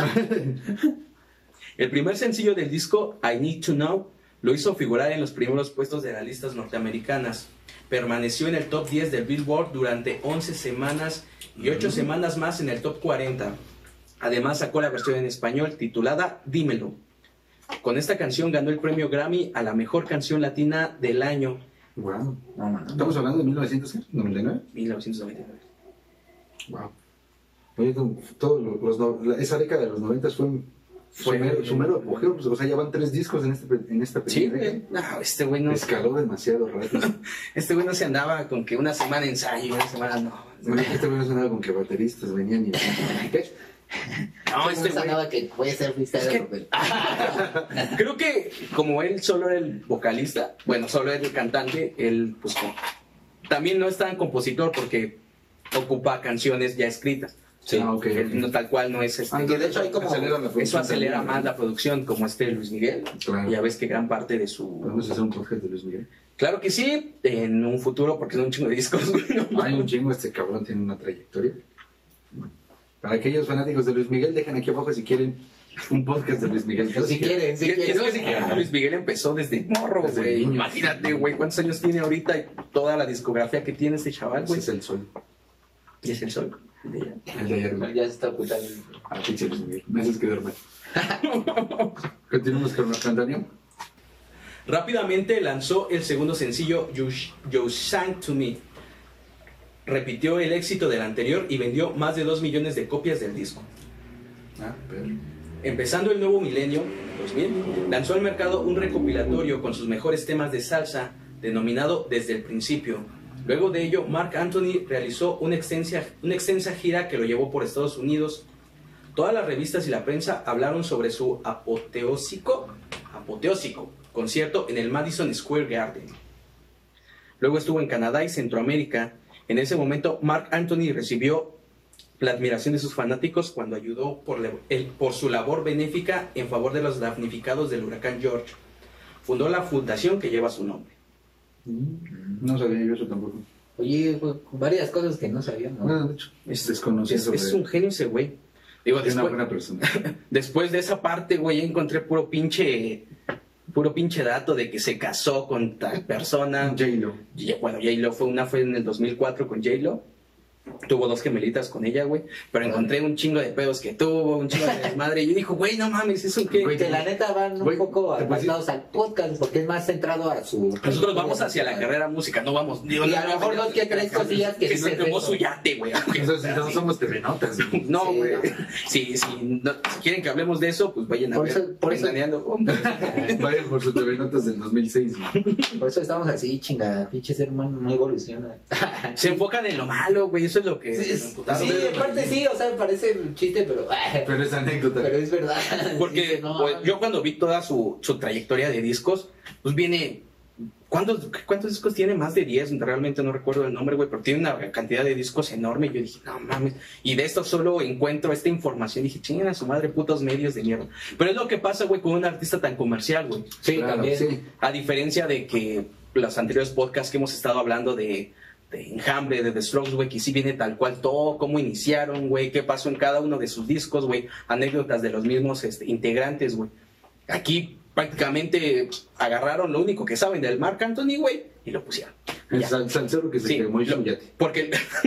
Speaker 1: El primer sencillo del disco, I Need to Know, lo hizo figurar en los primeros puestos de las listas norteamericanas. Permaneció en el top diez del Billboard durante once semanas y ocho semanas más en el top cuarenta. Además sacó la versión en español titulada Dímelo. Con esta canción ganó el premio Grammy a la mejor canción latina del año
Speaker 2: Wow.
Speaker 3: No, no, no.
Speaker 2: ¿Estamos hablando de mil novecientos noventa y nueve?
Speaker 1: mil novecientos noventa y nueve.
Speaker 2: Wow. Oye, como todos los, los no- la- esa década de los noventas fue, fue su mero, su mero apogeo, pues, o sea, ya van tres discos en, este, en esta
Speaker 1: Sí,
Speaker 2: película.
Speaker 1: güey. No, este güey no,
Speaker 2: Escaló demasiado rápido.
Speaker 1: este güey no se andaba con que una semana ensayo, una semana no.
Speaker 2: Bueno, este güey no sonaba con que bateristas venían y... ¿Qué?
Speaker 1: No, este
Speaker 3: no
Speaker 1: güey.
Speaker 3: nada que puede ser freestyle.
Speaker 1: Es que-
Speaker 3: porque-
Speaker 1: Creo que como él solo era el vocalista, bueno, solo era el cantante, él pues como- también no es tan compositor porque ocupa canciones ya escritas.
Speaker 2: Sí. Ah, ok,
Speaker 1: Él
Speaker 2: ok.
Speaker 1: no, tal cual no es este.
Speaker 2: Ah,
Speaker 3: que de hecho hay como-
Speaker 2: acelera la
Speaker 1: Eso
Speaker 2: producción
Speaker 1: acelera
Speaker 2: también,
Speaker 1: más
Speaker 2: ¿no?
Speaker 1: la producción, como este Luis Miguel.
Speaker 2: Claro.
Speaker 1: Ya ves que gran parte de su...
Speaker 2: Podemos hacer un podcast de Luis Miguel.
Speaker 1: Claro que sí, en un futuro, porque son un chingo de discos. güey, ¿no?
Speaker 2: Hay un chingo, este cabrón tiene una trayectoria. Para aquellos fanáticos de Luis Miguel, dejen aquí abajo si quieren un podcast de Luis Miguel.
Speaker 3: Si quieren, si
Speaker 1: Es- es
Speaker 3: quieren.
Speaker 1: que sí, Luis Miguel empezó desde morro,
Speaker 2: Desde
Speaker 1: güey.
Speaker 2: niño.
Speaker 1: Imagínate, güey, cuántos años tiene ahorita y toda la discografía que tiene este chaval,
Speaker 2: Ese
Speaker 1: güey.
Speaker 2: es el sol.
Speaker 1: Y es el sol. de ella.
Speaker 2: El de ayer, güey.
Speaker 3: Ya se está ocultando.
Speaker 2: Ah, pinche Luis Miguel. Me haces quedar mal. Continuamos con nuestro Antonio.
Speaker 1: Rápidamente lanzó el segundo sencillo, You, You Sang to Me. Repitió el éxito del anterior y vendió más de dos millones de copias del disco.
Speaker 2: Ah, pero...
Speaker 1: Empezando el nuevo milenio, dos mil, lanzó al mercado un recopilatorio con sus mejores temas de salsa, denominado Desde el Principio. Luego de ello, Marc Anthony realizó una extensa, una extensa gira que lo llevó por Estados Unidos. Todas las revistas y la prensa hablaron sobre su apoteósico, apoteósico concierto en el Madison Square Garden. Luego estuvo en Canadá y Centroamérica. En ese momento, Marc Anthony recibió la admiración de sus fanáticos cuando ayudó por, le- el- por su labor benéfica en favor de los damnificados del huracán George. Fundó la fundación que lleva su nombre.
Speaker 2: No sabía yo eso tampoco.
Speaker 3: Oye, pues, varias cosas que no sabía, ¿no?
Speaker 2: Bueno, de hecho,
Speaker 1: Es,
Speaker 2: desconocía
Speaker 1: es,
Speaker 2: sobre
Speaker 1: es un genio ese güey. Digo,
Speaker 2: es una
Speaker 1: después,
Speaker 2: buena persona.
Speaker 1: después de esa parte, güey, ya encontré puro pinche, puro pinche dato de que se casó con tal persona.
Speaker 2: J-Lo.
Speaker 1: Y, bueno, J-Lo fue una fue en el dos mil cuatro con J-Lo. Tuvo dos gemelitas con ella, güey. Pero encontré un chingo de pedos que tuvo, un chingo de desmadre. Y yo dije, güey, no mames, ¿eso qué?
Speaker 2: Güey,
Speaker 3: Que la neta van un
Speaker 2: Güey,
Speaker 3: poco
Speaker 2: te puedo decir-
Speaker 3: apartados al podcast porque es más centrado a su...
Speaker 1: Nosotros vamos hacia la carrera música, no vamos. Digo,
Speaker 3: Y
Speaker 1: no,
Speaker 3: a lo mejor
Speaker 1: no,
Speaker 3: dos que tres cosillas que
Speaker 1: que
Speaker 3: sí
Speaker 1: se
Speaker 3: se
Speaker 1: tomó
Speaker 3: ven.
Speaker 1: su yate, güey.
Speaker 2: Entonces, no somos terrenotas. güey.
Speaker 1: No,
Speaker 3: Sí,
Speaker 1: güey.
Speaker 3: no.
Speaker 1: Si, si, no- si quieren que hablemos de eso, pues vayan a
Speaker 3: Por
Speaker 1: ver.
Speaker 3: eso- por eso-
Speaker 1: Ventaneando.
Speaker 2: Vayan por sus terrenotas del dos mil seis. güey.
Speaker 3: Por eso estamos así, chinga, pinche ser humano no evoluciona.
Speaker 1: Se enfocan en lo malo, güey. Eso es lo que.
Speaker 3: Sí,
Speaker 1: nos emputaron.
Speaker 3: sí, aparte sí, o sea, parece un chiste, pero...
Speaker 2: Pero es anécdota.
Speaker 3: Pero es verdad.
Speaker 1: Porque
Speaker 3: Dice, no,
Speaker 1: pues, yo cuando vi toda su, su trayectoria de discos, pues viene... ¿Cuántos, ¿Cuántos discos tiene? Más de diez, realmente no recuerdo el nombre, güey, pero tiene una cantidad de discos enorme. Yo dije, no mames. Y de esto solo encuentro esta información. Dije, chingan a su madre, putos medios de mierda. Pero es lo que pasa, güey, con un artista tan comercial, güey.
Speaker 3: Sí,
Speaker 2: Claro,
Speaker 3: también.
Speaker 2: sí.
Speaker 1: A diferencia de que los anteriores podcasts que hemos estado hablando de, de Enjambre, de The Strokes, güey, que sí viene tal cual todo, cómo iniciaron, güey, qué pasó en cada uno de sus discos, güey, anécdotas de los mismos este, integrantes, güey. Aquí prácticamente agarraron lo único que saben del Marc Anthony, güey, y lo pusieron.
Speaker 2: El
Speaker 1: Ya.
Speaker 2: sal- salsero que se
Speaker 1: Sí,
Speaker 2: quemó y
Speaker 1: lo-
Speaker 2: su yate.
Speaker 1: porque,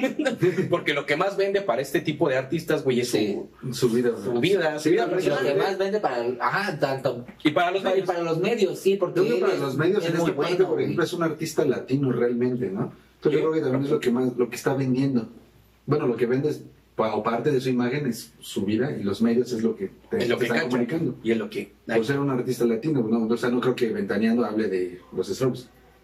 Speaker 1: porque lo que más vende para este tipo de artistas, güey, es
Speaker 3: Sí.
Speaker 1: su,
Speaker 2: Su vida.
Speaker 1: su vida, su
Speaker 2: Sí,
Speaker 1: vida
Speaker 2: lo
Speaker 3: Y lo
Speaker 1: personal,
Speaker 3: que
Speaker 1: güey.
Speaker 3: más vende para... el- Ajá, tanto...
Speaker 1: Y para los
Speaker 3: Para,
Speaker 1: medios.
Speaker 3: para los medios, sí, porque...
Speaker 2: Yo creo que
Speaker 3: él
Speaker 2: para
Speaker 3: es-
Speaker 2: los medios
Speaker 3: es
Speaker 2: en
Speaker 3: muy
Speaker 2: esta parte,
Speaker 3: bueno,
Speaker 2: por ejemplo,
Speaker 3: güey.
Speaker 2: es un artista latino realmente, ¿no? Entonces
Speaker 1: Sí.
Speaker 2: yo creo que también es lo que más, lo que está vendiendo. Bueno, lo que vende es, pa- o parte de su imagen es su vida y los medios es lo que te,
Speaker 1: Es lo
Speaker 2: te
Speaker 1: que
Speaker 2: están
Speaker 1: cacha,
Speaker 2: comunicando.
Speaker 1: y es lo que...
Speaker 2: Por ser un artista latino, ¿no? O sea, no creo que Ventaneando hable de los Strokes.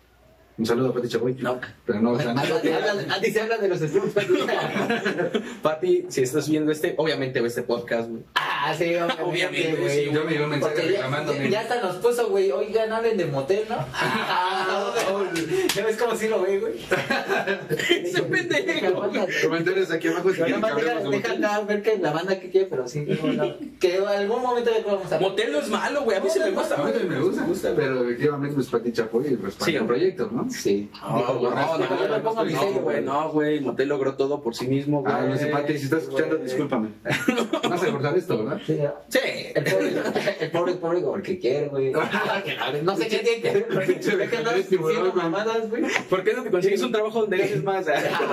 Speaker 2: Un saludo a Pati Chapoy.
Speaker 1: No.
Speaker 2: Pero no, o sea, no
Speaker 3: Habla de- habla- Antes se habla de los Strokes.
Speaker 1: Pati, si estás viendo este, obviamente ve este podcast, güey.
Speaker 3: Ah, Ah, sí, obviamente,
Speaker 1: Obviamente,
Speaker 3: güey.
Speaker 1: sí,
Speaker 2: Yo me dio un mensaje
Speaker 3: Porque ya,
Speaker 2: reclamándome.
Speaker 3: ya hasta nos puso, güey, oigan, hablen de motel, ¿no? Ah, ¿ya ves cómo sí lo ve, güey?
Speaker 1: Ese pendejo.
Speaker 2: Comentarios aquí abajo si
Speaker 3: Pero
Speaker 2: quieren que
Speaker 3: nada más deja,
Speaker 2: hablemos de
Speaker 3: deja
Speaker 2: motel.
Speaker 3: acá ver que la banda que quiere, pero sí, no, no. Que en algún momento ya vamos a hablar.
Speaker 1: Motel no es malo, güey. A mí sí me gusta.
Speaker 2: A mí también me gusta, pero efectivamente pues Pati Chapoy y respalda
Speaker 1: Sí,
Speaker 2: el proyecto, ¿no?
Speaker 3: Sí.
Speaker 1: No,
Speaker 3: Digo,
Speaker 1: no, no,
Speaker 3: yo le
Speaker 1: no,
Speaker 3: pongo mi
Speaker 1: no,
Speaker 3: sello,
Speaker 1: güey,
Speaker 3: güey.
Speaker 1: no, güey, Motel logró todo por sí mismo, güey.
Speaker 2: Ah, no sé, Pati, si estás escuchando,
Speaker 1: Güey.
Speaker 2: discúlpame. Vas a cortar esto, ¿verdad?
Speaker 3: Sí, ¿no?
Speaker 1: Sí.
Speaker 3: El pobre, el pobre, pobre porque quiere, güey. No sé qué tiene que ver, porque
Speaker 2: Pinche
Speaker 3: es que no
Speaker 2: Andrés Tiburón,
Speaker 3: diciendo
Speaker 2: güey.
Speaker 3: mamadas, güey.
Speaker 1: ¿Por qué no te consigues un trabajo donde ganes más?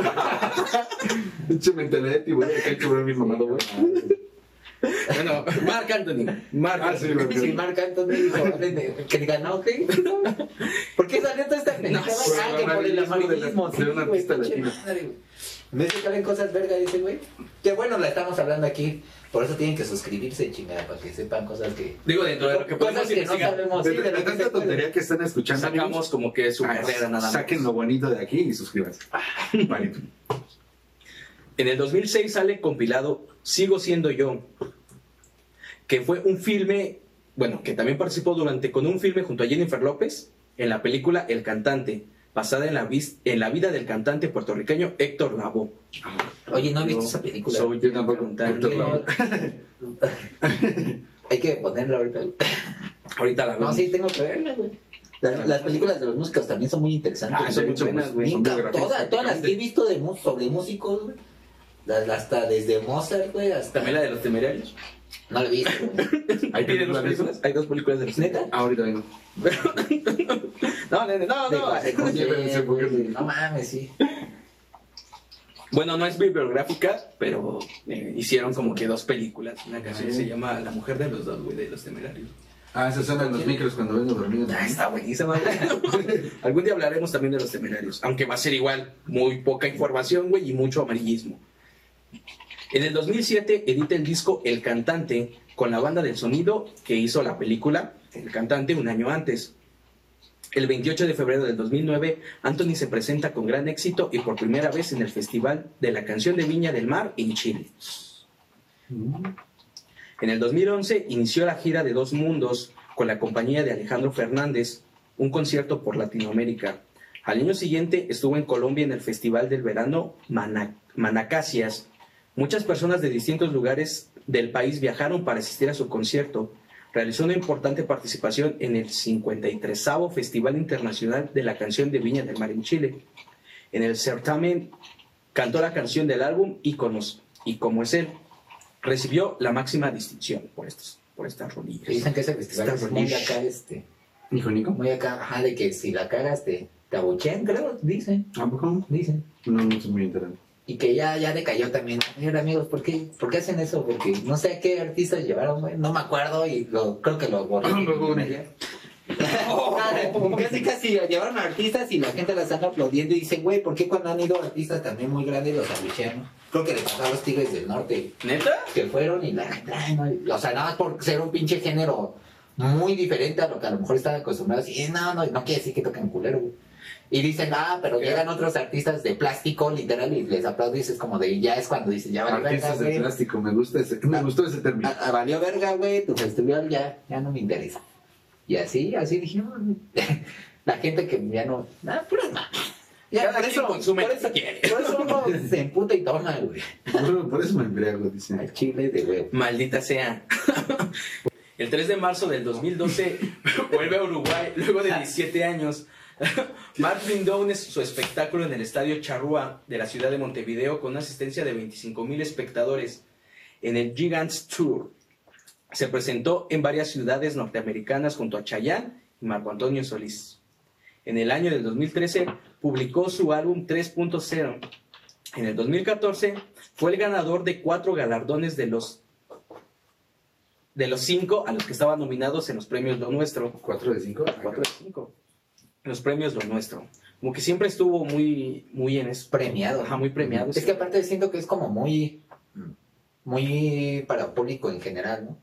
Speaker 2: Pinche mentalidad de tiburón, que hay tiburón mi mamado, güey.
Speaker 1: Bueno, Marc Anthony. Marc
Speaker 2: Ah, sí,
Speaker 1: Anthony.
Speaker 2: güey.
Speaker 3: Si Marc Anthony dijo, hablen de- que digan, no, ¿qué? ¿Por qué salió toda esta pendejada?
Speaker 1: No,
Speaker 3: Ah, que por el amarillismo,
Speaker 2: de
Speaker 3: sí,
Speaker 2: un
Speaker 3: güey,
Speaker 2: artista
Speaker 3: pinche
Speaker 2: latino.
Speaker 3: madre, güey. Me dice que hablen cosas verga, dice, güey. Que bueno, la estamos hablando aquí. Por eso tienen que suscribirse, chingada, para que sepan cosas que...
Speaker 1: Digo, dentro de lo que podemos
Speaker 3: Cosas que no
Speaker 1: investigar,
Speaker 3: sabemos.
Speaker 2: De,
Speaker 3: Sí, de
Speaker 2: de
Speaker 3: lo que
Speaker 2: tanta
Speaker 3: se puede.
Speaker 2: tontería que están escuchando,
Speaker 1: sacamos
Speaker 2: amigos,
Speaker 1: como que su
Speaker 2: ah,
Speaker 1: carrera nada más.
Speaker 2: saquen lo bonito de aquí y suscríbanse. Palito.
Speaker 1: En el dos mil seis sale compilado Sigo siendo yo, que fue un filme, bueno, que también participó durante con un filme junto a Jennifer López en la película El Cantante, basada en la, vis- en la vida del cantante puertorriqueño Héctor Lavoe.
Speaker 3: Oye, ¿no has visto
Speaker 1: Yo
Speaker 3: esa película?
Speaker 1: Soy
Speaker 2: Yo tampoco.
Speaker 1: cantante.
Speaker 2: Héctor Lavoe.
Speaker 3: Hay que ponerla ahorita.
Speaker 1: Ahorita la
Speaker 3: No,
Speaker 1: vemos.
Speaker 3: sí, tengo que verla, güey. Las, las películas de los músicos también son muy interesantes.
Speaker 1: Ah, son muy buenas, güey.
Speaker 3: Bien,
Speaker 2: Son
Speaker 3: ca-
Speaker 2: biografías
Speaker 3: todas, todas las que he visto de, mu- sobre músicos, güey. Las- Hasta desde Mozart, güey, hasta...
Speaker 1: También la de los temerarios.
Speaker 3: No la he visto, güey.
Speaker 2: ¿Hay
Speaker 1: ¿Tiene dos
Speaker 2: películas de eso?
Speaker 1: películas? Hay dos películas de los
Speaker 3: ¿Neta?
Speaker 2: Ah, ahorita vengo.
Speaker 1: No, nene, no,
Speaker 3: De
Speaker 1: no.
Speaker 3: José
Speaker 2: no,
Speaker 3: José,
Speaker 2: porque-
Speaker 3: güey. No mames, sí.
Speaker 1: Bueno, no es bibliográfica, pero eh, hicieron como que dos películas. Una canción se llama La mujer de los dos, güey, de los temerarios.
Speaker 2: Ah, se suenan los micros cuando vengo dormido.
Speaker 1: Ah, está buenísima, güey. Algún día hablaremos también de los temerarios, aunque va a ser igual muy poca información, güey, y mucho amarillismo. En el dos mil siete edita el disco El Cantante con la banda del sonido que hizo la película El Cantante un año antes. El veintiocho de febrero del dos mil nueve, Anthony se presenta con gran éxito y por primera vez en el Festival de la Canción de Viña del Mar en Chile. En el dos mil once inició la gira de Dos Mundos con la compañía de Alejandro Fernández, un concierto por Latinoamérica. Al año siguiente estuvo en Colombia en el Festival del Verano Mana- Manacacias. Muchas personas de distintos lugares del país viajaron para asistir a su concierto. Realizó una importante participación en el cincuenta y tres Festival Internacional de la Canción de Viña del Mar en Chile. En el certamen cantó la canción del álbum Íconos, y como es él, recibió la máxima distinción por estos, por estas rolillas.
Speaker 3: Que dicen que ese festival
Speaker 1: Está
Speaker 3: es muy
Speaker 1: bonito.
Speaker 3: acá, este...
Speaker 2: ¿Hijo Nico?
Speaker 3: Muy acá, ajá, de que si la cagas te, te abuchean, creo, dicen,
Speaker 2: ¿A poco?
Speaker 3: dicen.
Speaker 2: No, no estoy muy enterado.
Speaker 3: Y que ya, ya decayó también. Mira, amigos, ¿por qué, ¿por qué hacen eso? Porque no sé a qué artistas llevaron, güey. No me acuerdo y lo, creo que lo borré.
Speaker 2: Lo borré.
Speaker 3: Casi, casi llevaron a artistas y la gente la están aplaudiendo y dicen, güey, ¿por qué cuando han ido artistas también muy grandes los abuchean? Creo que le pasó a los Tigres del Norte,
Speaker 1: ¿Neta?
Speaker 3: que fueron y la gente, ay, no, o sea, nada más por ser un pinche género muy diferente a lo que a lo mejor estaban acostumbrados. Y no, no, no quiere decir que toquen culero, güey. Y dicen, ah, pero llegan otros artistas de plástico, literal, y les aplaudís, es como de, ya es cuando dices, ya valió verga,
Speaker 2: Artistas de
Speaker 3: güey.
Speaker 2: plástico, me gusta ese, me gustó ese término.
Speaker 3: A- a- valió verga, güey, tu festival ya, ya no me interesa. Y así, así dijimos, la gente que ya no, nada, puras mamas. Ya,
Speaker 1: Cada
Speaker 3: por
Speaker 1: quien
Speaker 3: eso,
Speaker 1: consume
Speaker 3: por
Speaker 1: lo que
Speaker 3: eso,
Speaker 1: quiere.
Speaker 3: por eso uno se emputa y toma, güey.
Speaker 2: Por, por eso me embriago, dice.
Speaker 3: Al chile de huevo.
Speaker 1: Maldita sea. El tres de marzo del dos mil doce vuelve a Uruguay luego de diecisiete años. Martin Down es su espectáculo en el Estadio Charrúa de la ciudad de Montevideo con una asistencia de veinticinco mil espectadores en el Gigants Tour. Se presentó en varias ciudades norteamericanas junto a Chayanne y Marco Antonio Solís. En el año del dos mil trece publicó su álbum tres punto cero. En el dos mil catorce fue el ganador de cuatro galardones de los de los cinco a los que estaban nominados en los premios Lo Nuestro.
Speaker 2: ¿Cuatro de cinco?
Speaker 1: Cuatro de cinco. Los premios Lo Nuestro. Como que siempre estuvo muy, muy en eso.
Speaker 3: Premiado.
Speaker 1: Ajá, muy premiado.
Speaker 3: Es que aparte siento que es como muy, muy para público en general, ¿no?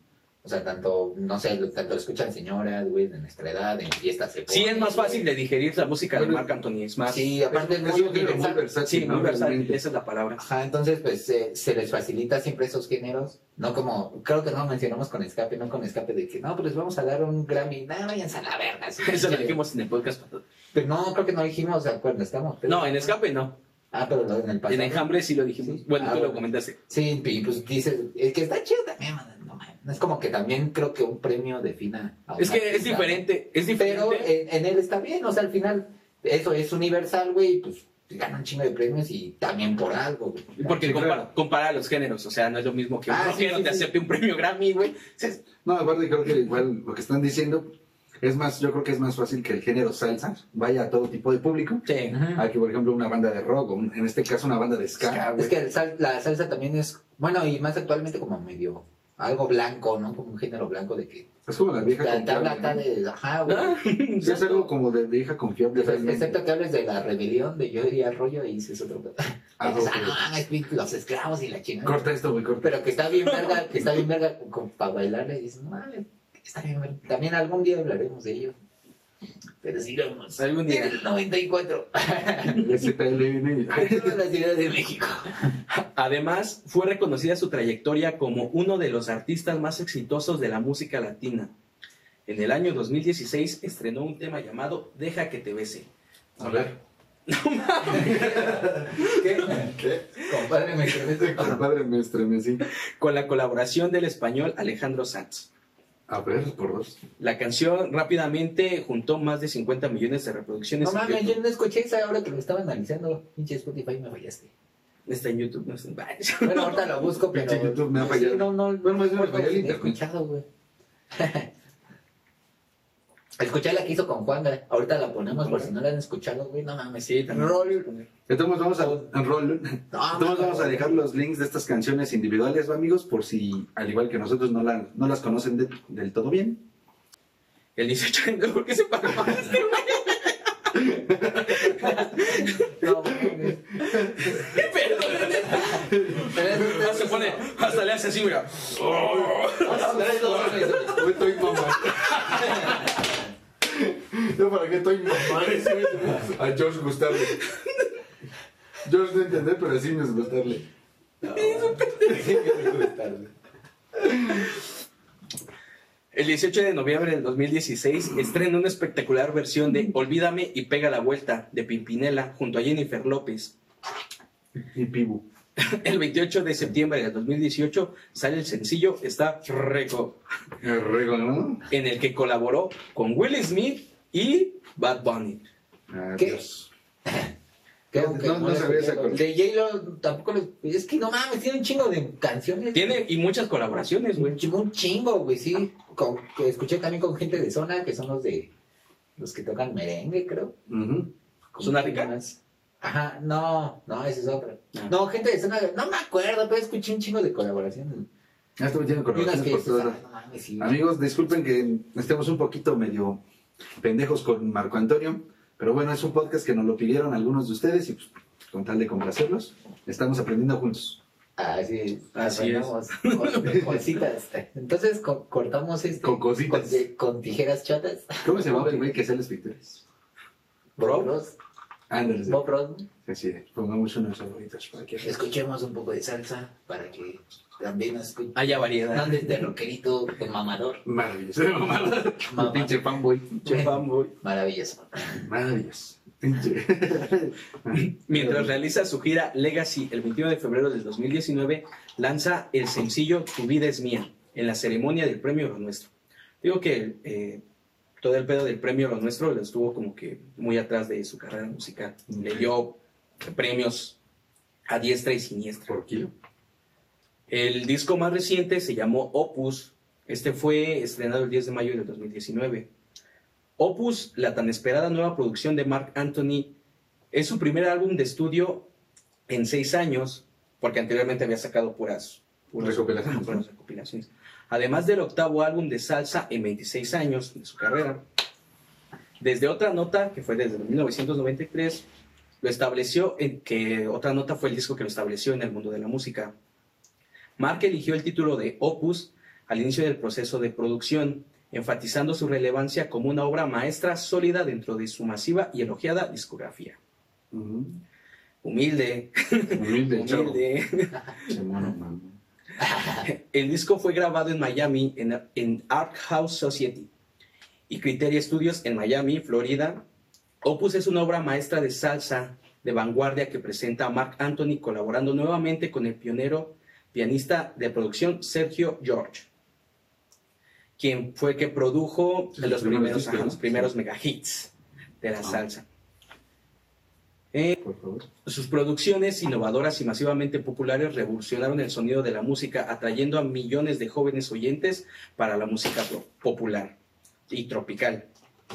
Speaker 3: O sea, tanto, no sé, tanto lo escuchan señoras, güey, de nuestra edad, en fiestas se
Speaker 1: Sí,
Speaker 3: pone,
Speaker 1: es más
Speaker 3: güey.
Speaker 1: fácil de digerir la música de
Speaker 2: Bueno,
Speaker 1: Marc Anthony, es más...
Speaker 3: Sí, aparte es,
Speaker 2: Es
Speaker 3: muy
Speaker 2: un género muy
Speaker 3: universal.
Speaker 2: versátil.
Speaker 1: Sí,
Speaker 2: ¿no?
Speaker 1: muy versátil,
Speaker 2: Realmente.
Speaker 1: esa es la palabra.
Speaker 3: Ajá, entonces pues eh, se les facilita siempre esos géneros, no como, creo que no mencionamos con escape, no con escape de que no, pues les vamos a dar un Grammy, nada, váyanse a la verga. así,
Speaker 1: Eso lo
Speaker 3: ya,
Speaker 1: dijimos en el podcast.
Speaker 3: Pero no, creo que no dijimos, ¿de acuerdo? Estamos. Pero,
Speaker 1: No, en Escape no.
Speaker 3: Ah, pero lo en el pasado.
Speaker 1: En Enjambre sí lo dijimos.
Speaker 3: Sí.
Speaker 1: Bueno,
Speaker 3: Ah,
Speaker 1: tú lo
Speaker 3: bueno.
Speaker 1: comentaste.
Speaker 3: Sí, y pues dices, es que está chido también, man, no mames. Es como que también creo que un premio defina a un
Speaker 1: Es que es
Speaker 3: artista,
Speaker 1: diferente, es
Speaker 3: pero
Speaker 1: diferente.
Speaker 3: en, en él está bien, o sea, al final, eso es universal, güey, y pues gana un chingo de premios y también por algo, güey.
Speaker 1: Porque
Speaker 2: Sí,
Speaker 1: compara,
Speaker 2: claro.
Speaker 1: compara los géneros, o sea, no es lo mismo que un
Speaker 3: Ah, sí,
Speaker 1: rockero
Speaker 3: sí,
Speaker 1: te
Speaker 3: sí.
Speaker 1: acepte un premio Grammy, güey. Sí,
Speaker 2: No, aparte creo que igual lo que están diciendo es más, yo creo que es más fácil que el género salsa vaya a todo tipo de público,
Speaker 1: sí.
Speaker 3: Ujú.
Speaker 2: a que por ejemplo una banda de rock, o un- en este caso una banda de ska.
Speaker 1: Ska,
Speaker 3: Es que el sal- la salsa también es, bueno, y más actualmente como medio, algo blanco, ¿no? Como un género blanco de que
Speaker 2: Es como la vieja
Speaker 3: te, te habla
Speaker 2: confiable.
Speaker 3: acá
Speaker 2: ¿no?
Speaker 3: de, ajá, güey.
Speaker 1: Ah,
Speaker 2: Sí, es algo como de vieja confiable. realmente.
Speaker 3: Excepto que hables de la rebelión, de yo iría al rollo y dices otro pedo.
Speaker 2: Ah,
Speaker 3: Dices,
Speaker 2: ok.
Speaker 3: ah, no mames, pinche, los esclavos y la chingada.
Speaker 2: Corta esto, güey, corta.
Speaker 3: Pero que está bien verga, que está bien verga para bailarle y dices, no mames, está bien verga. También algún día hablaremos de ello. Pero sigamos.
Speaker 1: Algún día.
Speaker 3: En el noventa y cuatro.
Speaker 2: S P L N.
Speaker 3: En todas las ciudades de México.
Speaker 1: Además, fue reconocida su trayectoria como uno de los artistas más exitosos de la música latina. En el año dos mil dieciséis estrenó un tema llamado Deja que te bese.
Speaker 2: A ver.
Speaker 3: ¿Qué?
Speaker 2: ¿Qué?
Speaker 3: Compadre, me estremece.
Speaker 2: Compadre, me estremecí.
Speaker 1: Con la colaboración del español Alejandro Sanz.
Speaker 2: A ver, por dos.
Speaker 1: La canción rápidamente juntó más de cincuenta millones de reproducciones.
Speaker 3: No
Speaker 1: en
Speaker 3: mames,
Speaker 1: YouTube.
Speaker 3: yo no escuché esa ahora que lo estaba analizando. Pinche Spotify me fallaste.
Speaker 1: Está en YouTube, no está en...
Speaker 3: Bueno, ahorita lo busco, pero.
Speaker 2: Pinche YouTube me ha
Speaker 3: sí,
Speaker 2: fallado.
Speaker 3: no, no,
Speaker 2: Bueno, más bien me
Speaker 3: no,
Speaker 2: falló el
Speaker 3: he
Speaker 2: internet.
Speaker 3: escuchado, güey. Escuché la que hizo con Juanga. Ahorita la ponemos por si no la han escuchado, güey. No mames.
Speaker 1: Sí, también.
Speaker 3: Roll.
Speaker 2: Entonces vamos a, en rol-
Speaker 3: No,
Speaker 2: Entonces
Speaker 3: mames,
Speaker 2: vamos a dejar los links de estas canciones individuales, ¿va, amigos? Por si, al igual que nosotros, no, la, no las conocen de- del todo bien.
Speaker 1: El dieciocho de enero, ¿por qué se pagó más este güey?
Speaker 3: No, mames.
Speaker 1: Ah, se pone, hasta le hace así, mira.
Speaker 2: Yo estoy mamá. Yo para qué estoy mamá. A George gustarle. George no entender, pero sí me es gustarle.
Speaker 1: El dieciocho de noviembre del dos mil dieciséis estrena una espectacular versión de Olvídame y pega la vuelta de Pimpinela junto a Jennifer López.
Speaker 2: Y Pibu.
Speaker 1: El veintiocho de septiembre del dos mil dieciocho sale el sencillo Está Reco,
Speaker 2: El rego, ¿no?
Speaker 1: en el que colaboró con Will Smith y Bad Bunny.
Speaker 2: Adiós.
Speaker 3: Creo
Speaker 2: No,
Speaker 3: que
Speaker 2: no
Speaker 3: la
Speaker 2: sabía esa
Speaker 3: escuché.
Speaker 2: cosa.
Speaker 3: De J-Lo tampoco lo. Es que no mames, tiene un chingo de canciones.
Speaker 1: Tiene y muchas colaboraciones, güey.
Speaker 3: Un chingo, un chingo, güey, sí. Con- que escuché también con gente de zona, que son los de. Los que tocan merengue, creo.
Speaker 2: Ujú.
Speaker 1: ¿Zona Rica?
Speaker 3: Más. Ajá, no, no, ese es otro.
Speaker 1: Ah.
Speaker 3: No, gente de zona. No me acuerdo, pero escuché un chingo de colaboraciones.
Speaker 2: Ya estuve tienen
Speaker 3: Y unas
Speaker 2: colaboraciones
Speaker 3: que
Speaker 2: por
Speaker 3: dices,
Speaker 2: todos
Speaker 3: ah,
Speaker 2: lados.
Speaker 3: no mames, sí.
Speaker 2: Amigos, disculpen que estemos un poquito medio pendejos con Marco Antonio, pero bueno, es un podcast que nos lo pidieron algunos de ustedes y pues, con tal de complacerlos, estamos aprendiendo juntos.
Speaker 3: Así,
Speaker 1: Así es.
Speaker 3: aprendamos con cositas. Entonces co- cortamos este.
Speaker 2: Con cositas.
Speaker 3: Con, con tijeras chatas.
Speaker 2: ¿Cómo se llama el güey que hacía las picturas?
Speaker 3: Bob
Speaker 1: Bro.
Speaker 3: Ross.
Speaker 2: Anders.
Speaker 3: Bob Ross.
Speaker 2: Así es, pongamos unos favoritos para que...
Speaker 3: Escuchemos un poco de salsa para que también nos escuchen.
Speaker 1: Haya
Speaker 3: No
Speaker 1: variedad.
Speaker 3: andes de rockerito, de mamador.
Speaker 2: Maravilloso.
Speaker 3: Mamá.
Speaker 2: Pinche fanboy.
Speaker 1: Che, fanboy.
Speaker 3: Maravilloso.
Speaker 2: Maravilloso. Pinche.
Speaker 1: Mientras realiza su gira Legacy el veintiuno de febrero del dos mil diecinueve, lanza el sencillo Tu vida es mía en la ceremonia del premio Lo Nuestro. Digo que eh, todo el pedo del premio Lo Nuestro lo estuvo como que muy atrás de su carrera musical. Le dio premios a diestra y siniestra.
Speaker 2: Por kilo.
Speaker 1: El disco más reciente se llamó Opus. Este fue estrenado el diez de mayo del dos mil diecinueve. Opus, la tan esperada nueva producción de Marc Anthony, es su primer álbum de estudio en seis años, porque anteriormente había sacado puras, puras
Speaker 2: Recopilaciones.
Speaker 1: puras recopilaciones. Además del octavo álbum de salsa en veintiséis años de su carrera. Desde Otra Nota, que fue desde mil novecientos noventa y tres, lo estableció en que Otra Nota fue el disco que lo estableció en el mundo de la música. Marc eligió el título de Opus al inicio del proceso de producción, enfatizando su relevancia como una obra maestra sólida dentro de su masiva y elogiada discografía.
Speaker 2: Ujú.
Speaker 1: Humilde.
Speaker 2: Humilde, chavo.
Speaker 1: Humilde.
Speaker 2: Che, mono, mano.
Speaker 1: El disco fue grabado en Miami, en, en Art House Society y Criteria Studios en Miami, Florida. Opus es una obra maestra de salsa de vanguardia que presenta a Marc Anthony colaborando nuevamente con el pionero pianista de producción Sergio George, quien fue que produjo
Speaker 2: Sí,
Speaker 1: los,
Speaker 2: los primeros
Speaker 1: primeros,
Speaker 2: discos,
Speaker 1: ajá,
Speaker 2: ¿no?
Speaker 1: los primeros
Speaker 2: Sí.
Speaker 1: mega hits de la
Speaker 2: Ah.
Speaker 1: salsa. Eh,
Speaker 2: Por favor.
Speaker 1: sus producciones innovadoras y masivamente populares revolucionaron el sonido de la música, atrayendo a millones de jóvenes oyentes para la música pro- popular y tropical.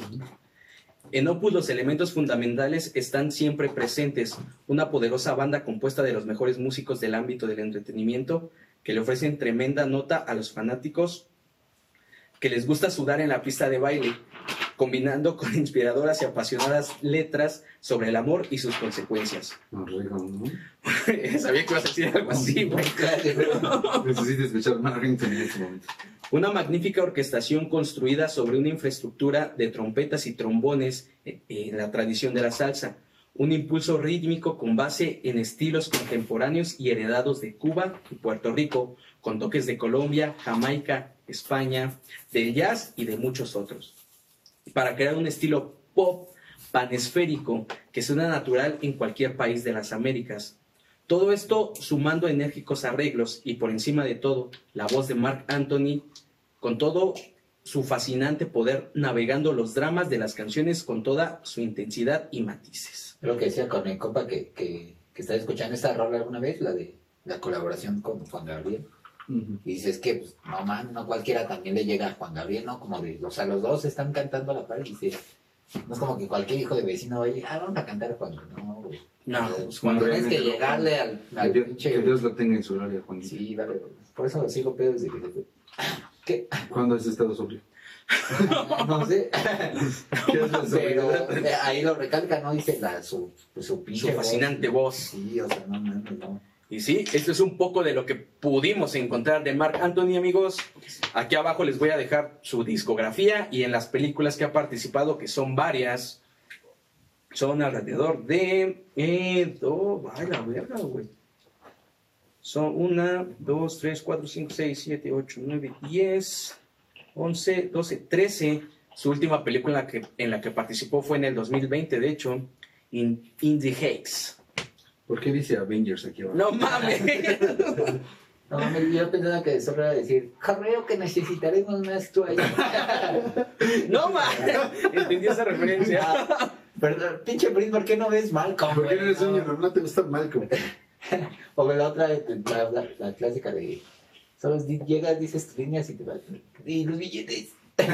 Speaker 1: En Opus los elementos fundamentales están siempre presentes, una poderosa banda compuesta de los mejores músicos del ámbito del entretenimiento que le ofrecen tremenda nota a los fanáticos que les gusta sudar en la pista de baile, combinando con inspiradoras y apasionadas letras sobre el amor y sus consecuencias.
Speaker 2: No, rico, ¿no?
Speaker 1: Sabía que ibas a decir algo así, güey.
Speaker 2: Necesito escuchar más Rington en este momento.
Speaker 1: Una magnífica orquestación construida sobre una infraestructura de trompetas y trombones eh, en la tradición de la salsa. Un impulso rítmico con base en estilos contemporáneos y heredados de Cuba y Puerto Rico, con toques de Colombia, Jamaica, España, del jazz y de muchos otros, para crear un estilo pop panesférico que suena natural en cualquier país de las Américas. Todo esto sumando enérgicos arreglos y por encima de todo, la voz de Marc Anthony con todo su fascinante poder navegando los dramas de las canciones con toda su intensidad y matices.
Speaker 3: Lo que decía con el compa que, que, que estaba escuchando esta rola alguna vez, la de la colaboración con Juan Gabriel.
Speaker 2: Ujú.
Speaker 3: Y dices que, pues, no man, no cualquiera también le llega a Juan Gabriel, ¿no? Como de, o sea, los dos están cantando a la par y dice, no es como que cualquier hijo de vecino vaya, ah, vamos a cantar a Juan Gabriel. No, güey.
Speaker 1: No,
Speaker 3: Eh,
Speaker 1: pues,
Speaker 2: Juan
Speaker 3: tienes
Speaker 2: Gabriel,
Speaker 3: que
Speaker 2: no.
Speaker 3: llegarle al, al
Speaker 2: Que Dios,
Speaker 3: pinche...
Speaker 2: que Dios lo tenga en su gloria, Juan.
Speaker 3: Sí, vale, güey. Por eso sigo pedo desde que se fue. ¿Qué?
Speaker 2: ¿Cuándo has estado sobrio?
Speaker 3: No sé.
Speaker 2: ¿Qué es la
Speaker 3: Pero
Speaker 2: sobriedad?
Speaker 3: eh, ahí lo recalca, ¿no? Dice la, su, pues, su pinche
Speaker 1: Su fascinante voz.
Speaker 3: Sí, o sea, no mames, no.
Speaker 1: Y sí, esto es un poco de lo que pudimos encontrar de Marc Anthony, amigos. Aquí abajo les voy a dejar su discografía y en las películas que ha participado, que son varias, son alrededor de... Eh, oh, vaya la verga, güey. Son una, dos, tres, cuatro, cinco, seis, siete, ocho, nueve, diez, once, doce, trece. Su última película en la que, en la que participó fue en el dos mil veinte, de hecho, In, In the Heights.
Speaker 2: ¿Por qué dice Avengers aquí abajo?
Speaker 1: ¡No mames!
Speaker 3: No mames, yo pensaba que solo era decir, creo que necesitaremos más toallas.
Speaker 1: ¡No mames! Entendí esa referencia.
Speaker 3: Ah, perdón, pinche Pris, ¿por qué no ves Malcolm?
Speaker 2: ¿Por qué no
Speaker 3: güey?
Speaker 2: eres un niño? ¿No te gusta Malcolm?
Speaker 3: O la otra, la, la, la clásica de, solo di- llegas, dices tus líneas y te vas. Y los billetes.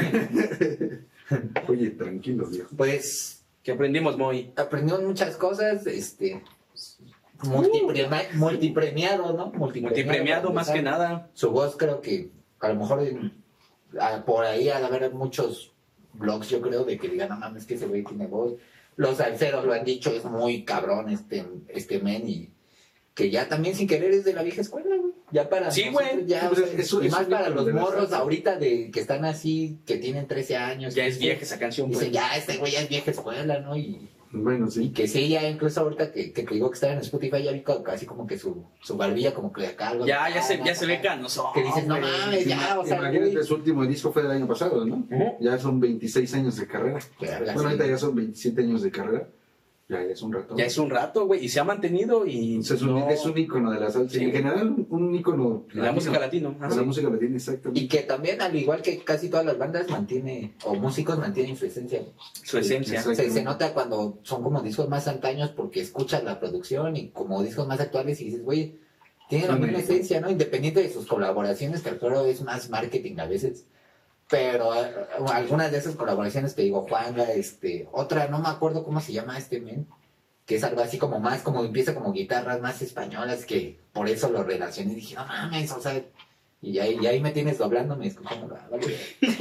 Speaker 2: Oye, tranquilo, viejo.
Speaker 3: Pues
Speaker 1: ¿Qué aprendimos, Moy?
Speaker 3: aprendimos muchas cosas, este, multiprema- multipremiado, ¿no?
Speaker 1: Multipremiado más que nada.
Speaker 3: Su voz creo que a lo mejor en- a- por ahí al haber muchos blogs, yo creo, de que digan, no mames, que ese güey tiene voz. Los salseros lo han dicho, es muy cabrón este, este men y que ya también sin querer es de la vieja escuela, güey. Ya para
Speaker 1: Sí,
Speaker 3: nosotros,
Speaker 1: güey.
Speaker 3: ya,
Speaker 2: Pues
Speaker 3: o sea,
Speaker 2: es- es-
Speaker 3: y
Speaker 2: es
Speaker 3: más
Speaker 2: un
Speaker 3: para
Speaker 2: ícono
Speaker 3: los
Speaker 2: de la
Speaker 3: morros
Speaker 2: salsa.
Speaker 3: ahorita de que están así, que tienen trece años.
Speaker 1: Ya es
Speaker 3: quince,
Speaker 1: vieja esa canción,
Speaker 3: Dicen,
Speaker 1: güey.
Speaker 3: ya, este güey ya es vieja escuela, ¿no? Y,
Speaker 2: Bueno,
Speaker 3: y
Speaker 2: sí.
Speaker 3: que sí, ya incluso ahorita que, que te digo que está en Spotify, ya vi co- casi como que su, su barbilla como que acá algo.
Speaker 1: Ya,
Speaker 3: de
Speaker 1: ya se,
Speaker 3: cana,
Speaker 1: ya se ve
Speaker 3: acá.
Speaker 1: canoso.
Speaker 3: Que dices, no
Speaker 1: güey.
Speaker 3: mames, ya, o sea,
Speaker 2: Imagínate,
Speaker 3: güey.
Speaker 2: su último disco fue del año pasado, ¿no?
Speaker 1: Ujú.
Speaker 2: Ya son veintiséis años de carrera.
Speaker 3: Verga,
Speaker 2: Bueno,
Speaker 3: sí.
Speaker 2: ahorita ya son veintisiete años de carrera. Ya, ya es un rato.
Speaker 1: Ya es un rato, güey. Y se ha mantenido y...
Speaker 2: O sea, es, un,
Speaker 1: no-
Speaker 2: es un ícono de la salsa.
Speaker 1: Sí.
Speaker 2: En general, un, un ícono
Speaker 1: de la música latino.
Speaker 2: De la música latina, exactamente.
Speaker 3: Y que también, al igual que casi todas las bandas, mantiene, o músicos mantienen su esencia.
Speaker 1: Su esencia.
Speaker 2: Exacto.
Speaker 3: Se, se nota cuando son como discos más antaños porque escuchas la producción y como discos más actuales y dices, güey, tiene la
Speaker 2: Son
Speaker 3: misma
Speaker 2: ellos.
Speaker 3: esencia, ¿no? Independiente de sus colaboraciones, que claro es más marketing a veces. Pero eh, algunas de esas colaboraciones, te digo, Juanga, este, otra, no me acuerdo cómo se llama este men, que es algo así como más, como empieza como guitarras más españolas, que por eso lo relacioné y dije, no mames, o sea, y ahí, y ahí me tienes doblándome, escuchando, ah, vale.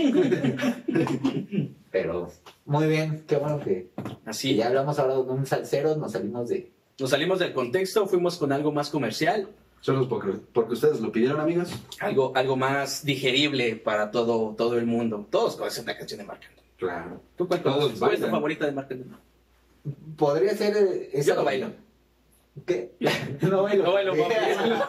Speaker 3: Pero, muy bien, qué bueno que, que
Speaker 1: Así.
Speaker 3: ya hablamos ahora de un salsero, nos salimos de...
Speaker 1: Nos salimos del contexto, fuimos con algo más comercial.
Speaker 2: Solo porque, porque ustedes lo pidieron, amigos.
Speaker 1: Algo, algo más digerible para todo, todo el mundo. Todos conocen una canción de Marc Anthony.
Speaker 2: Claro.
Speaker 1: ¿Tú cuál
Speaker 2: Todos
Speaker 1: conoces? ¿Cuál es tu
Speaker 2: bailan.
Speaker 1: favorita de Marc Anthony?
Speaker 3: Podría ser eh, esa.
Speaker 1: Yo no bailo.
Speaker 3: ¿Qué? No bailo.
Speaker 1: No bailo, papi.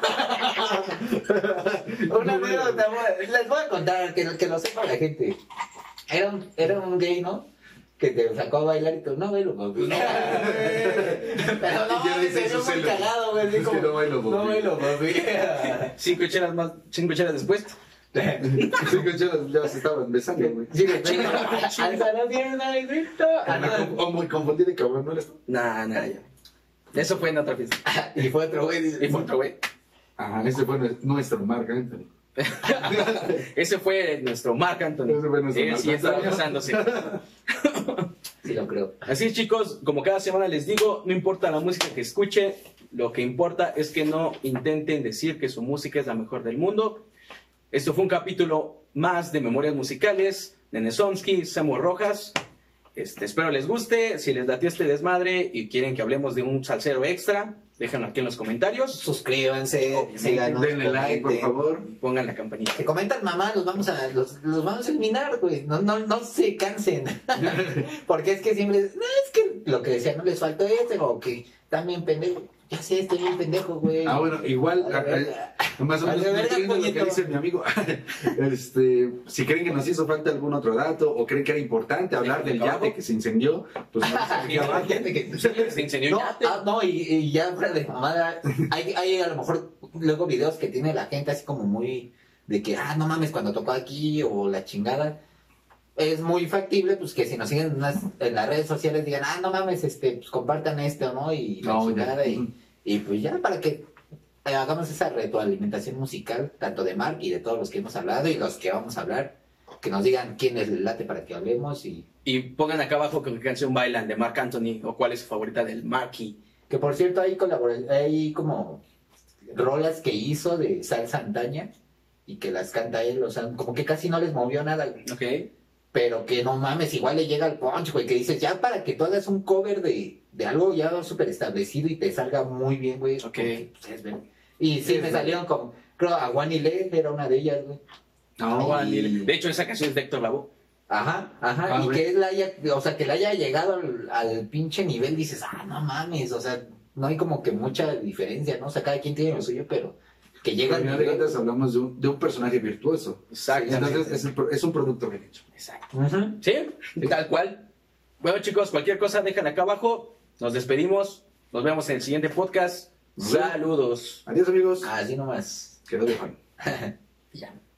Speaker 3: Una anécdota, les voy a contar, que, que lo sepa la gente. Era un, era un gay, ¿no? Que te sacó a bailar y tú, no bailo, papi.
Speaker 2: No,
Speaker 3: Pero no,
Speaker 2: Y ya
Speaker 3: mames,
Speaker 2: dice
Speaker 3: se
Speaker 2: eso,
Speaker 3: vio muy
Speaker 2: celo.
Speaker 3: cagado, güey.
Speaker 2: Es que
Speaker 3: Dijo,
Speaker 2: no bailo, papi.
Speaker 3: no bailo, papi.
Speaker 1: Cinco chelas más, cinco chelas después.
Speaker 2: Cinco chelas ya se estaban besando, güey.
Speaker 3: Sí, güey, pero- Alza la pierna y grita. Ah, no.
Speaker 2: O muy confundido y cabrón, ¿no eres tú?
Speaker 1: Nah, nah, ya. Eso fue en otra fiesta.
Speaker 3: Y fue otro güey. dice,
Speaker 1: Y fue otro güey.
Speaker 2: Ajá, ese fue nuestro Marc Anthony.
Speaker 1: Ese fue nuestro Marc Anthony.
Speaker 2: Ese fue nuestro
Speaker 1: Él
Speaker 2: Marc
Speaker 1: sí estaba
Speaker 2: Anthony.
Speaker 1: casándose.
Speaker 3: Sí, lo creo.
Speaker 1: Así es, chicos, como cada semana les digo, no importa la música que escuche, lo que importa es que no intenten decir que su música es la mejor del mundo. Esto fue un capítulo más de Memorias Musicales de Nesonsky, Samu Rojas. Este, espero les guste. Si les latió este desmadre y quieren que hablemos de un salsero extra, déjenlo aquí en los comentarios.
Speaker 3: Suscríbanse,
Speaker 1: Obviamente.
Speaker 3: síganos,
Speaker 2: Denle like, por
Speaker 3: comenten.
Speaker 2: favor.
Speaker 1: Pongan la campanita.
Speaker 3: Si comentan mamá, los vamos a, los, los vamos a eliminar, güey. No, no, no se cansen. Porque es que siempre, no, es que lo que decía, no les faltó este, o que también pendejo. Ya sé, estoy bien pendejo, güey.
Speaker 2: Ah, bueno, igual,
Speaker 3: A la
Speaker 2: a-
Speaker 3: verga.
Speaker 2: a- más o
Speaker 3: A la
Speaker 2: menos
Speaker 3: verga,
Speaker 2: entiendo lo que
Speaker 3: puñeto.
Speaker 2: dice mi amigo. Este, si creen que nos hizo falta algún otro dato o creen que era importante hablar del yate que se incendió, pues no sé,
Speaker 3: Y ahora fíjate que-
Speaker 1: Se incendió
Speaker 3: No,
Speaker 1: el yate.
Speaker 3: ah, no, y, y ya fuera de mamada, hay, hay a lo mejor luego videos que tiene la gente así como muy de que, ah, no mames, cuando tocó aquí o la chingada. Es muy factible, pues, que si nos siguen en, las, en las redes sociales digan, ah, no mames, este, pues, compartan esto, ¿no? Y la
Speaker 2: No, ya.
Speaker 3: chingada, y,
Speaker 2: Ujú.
Speaker 3: y pues ya para que eh, hagamos esa retroalimentación musical, tanto de Marc y de todos los que hemos hablado y los que vamos a hablar, que nos digan quién es el late para que hablemos y
Speaker 1: Y pongan acá abajo con qué canción bailan de Marc Anthony o cuál es su favorita del Marky.
Speaker 3: que por cierto hay colabora hay como rolas que hizo de salsa antaña y que las canta él, o sea, como que casi no les movió nada, güey.
Speaker 1: ¿Ok?
Speaker 3: Pero que no mames, igual le llega al punch, güey, que dices, ya para que tú hagas un cover de, de algo ya súper establecido y te salga muy bien, güey.
Speaker 1: Ok.
Speaker 3: porque, pues, es ver- Y sí,
Speaker 2: Sí,
Speaker 3: me
Speaker 2: sí.
Speaker 3: salieron como, creo, Aguani Le era una de ellas, güey.
Speaker 2: No,
Speaker 3: Ay.
Speaker 1: De hecho, esa canción es de Héctor Lavoe.
Speaker 3: Ajá, ajá,
Speaker 2: Ah,
Speaker 3: y
Speaker 2: güey.
Speaker 3: que él haya, o sea, que le haya llegado al, al pinche nivel, dices, ah, no mames, o sea, no hay como que mucha diferencia, ¿no? O sea, cada quien tiene lo suyo, pero que llega
Speaker 2: al
Speaker 3: al
Speaker 2: final de
Speaker 3: nivel.
Speaker 2: cuentas hablamos de un, de un personaje virtuoso.
Speaker 1: Exactamente.
Speaker 2: Entonces es, el pro- es un producto bien hecho.
Speaker 1: Exacto.
Speaker 3: Ujú.
Speaker 1: ¿Sí? Tal cual. Bueno, chicos, cualquier cosa dejan acá abajo. Nos despedimos. Nos vemos en el siguiente podcast.
Speaker 2: Nos vemos.
Speaker 1: Saludos.
Speaker 2: Adiós, amigos.
Speaker 3: Así nomás.
Speaker 2: Quedó de Juan.
Speaker 1: Ya.